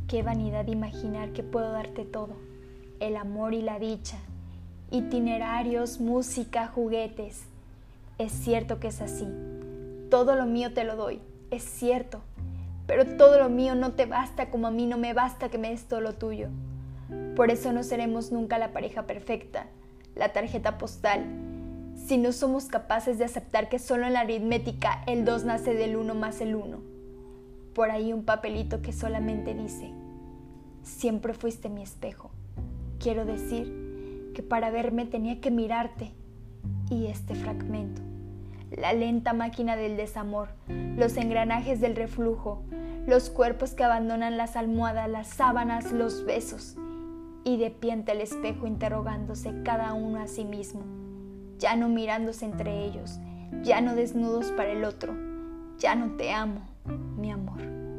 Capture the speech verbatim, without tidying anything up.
Qué vanidad imaginar que puedo darte todo, el amor y la dicha, itinerarios, música, juguetes. Es cierto que es así, todo lo mío te lo doy, es cierto, pero todo lo mío no te basta como a mí no me basta que me des todo lo tuyo. Por eso no seremos nunca la pareja perfecta, la tarjeta postal, si no somos capaces de aceptar que solo en la aritmética el dos nace del uno más el uno. Por ahí un papelito que solamente dice: siempre fuiste mi espejo. Quiero decir que para verme tenía que mirarte. Y este fragmento, la lenta máquina del desamor, los engranajes del reflujo, los cuerpos que abandonan las almohadas, las sábanas, los besos, y de pie ante el espejo interrogándose cada uno a sí mismo, ya no mirándose entre ellos, ya no desnudos para el otro, ya no te amo, mi amor.